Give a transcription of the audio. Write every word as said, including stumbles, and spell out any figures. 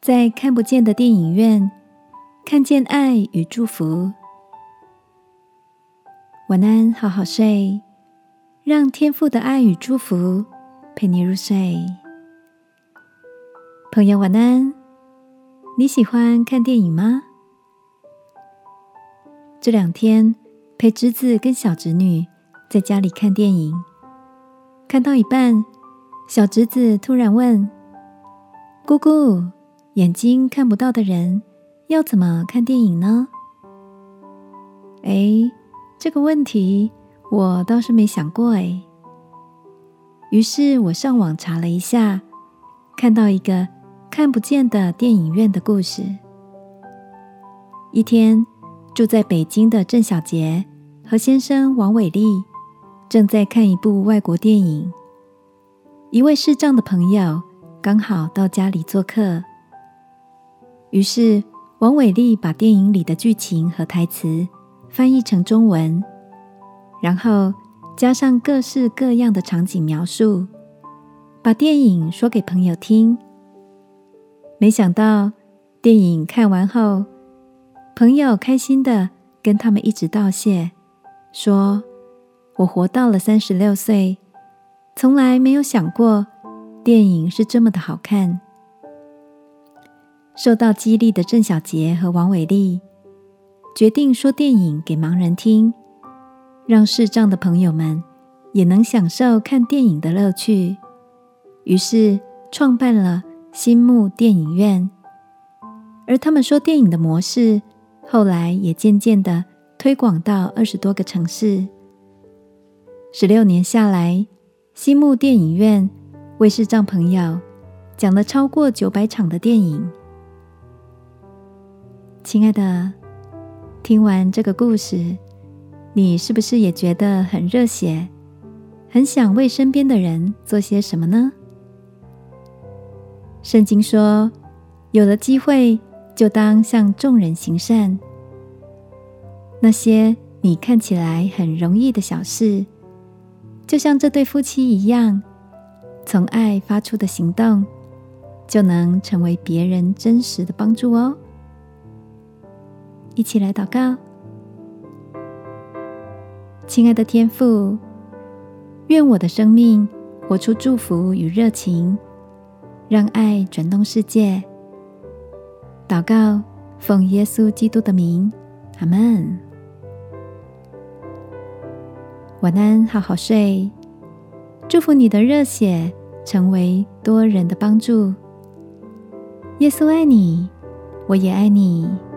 在看不见的电影院，看见爱与祝福。晚安，好好睡，让天父的爱与祝福陪你入睡。朋友晚安，你喜欢看电影吗？这两天陪侄子跟小侄女在家里看电影，看到一半，小侄子突然问：姑姑，眼睛看不到的人要怎么看电影呢？诶，这个问题我倒是没想过诶。于是我上网查了一下，看到一个看不见的电影院的故事。一天，住在北京的郑小杰和先生王伟丽正在看一部外国电影。一位视障的朋友刚好到家里做客，于是王伟丽把电影里的剧情和台词翻译成中文，然后加上各式各样的场景描述，把电影说给朋友听。没想到电影看完后，朋友开心地跟他们一直道谢，说：我活到了三十六岁，从来没有想过电影是这么的好看。受到激励的郑小杰和王伟丽决定说电影给盲人听，让视障的朋友们也能享受看电影的乐趣。于是创办了新木电影院，而他们说电影的模式后来也渐渐地推广到二十多个城市。十六年下来，新木电影院为视障朋友讲了超过九百场的电影。亲爱的，听完这个故事，你是不是也觉得很热血，很想为身边的人做些什么呢？圣经说，有了机会就当向众人行善。那些你看起来很容易的小事，就像这对夫妻一样，从爱发出的行动，就能成为别人真实的帮助哦。一起来祷告。亲爱的天父，愿我的生命活出祝福与热情，让爱转动世界。祷告，奉耶稣基督的名，阿们。晚安，好好睡。祝福你的热血成为多人的帮助。耶稣爱你，我也爱你。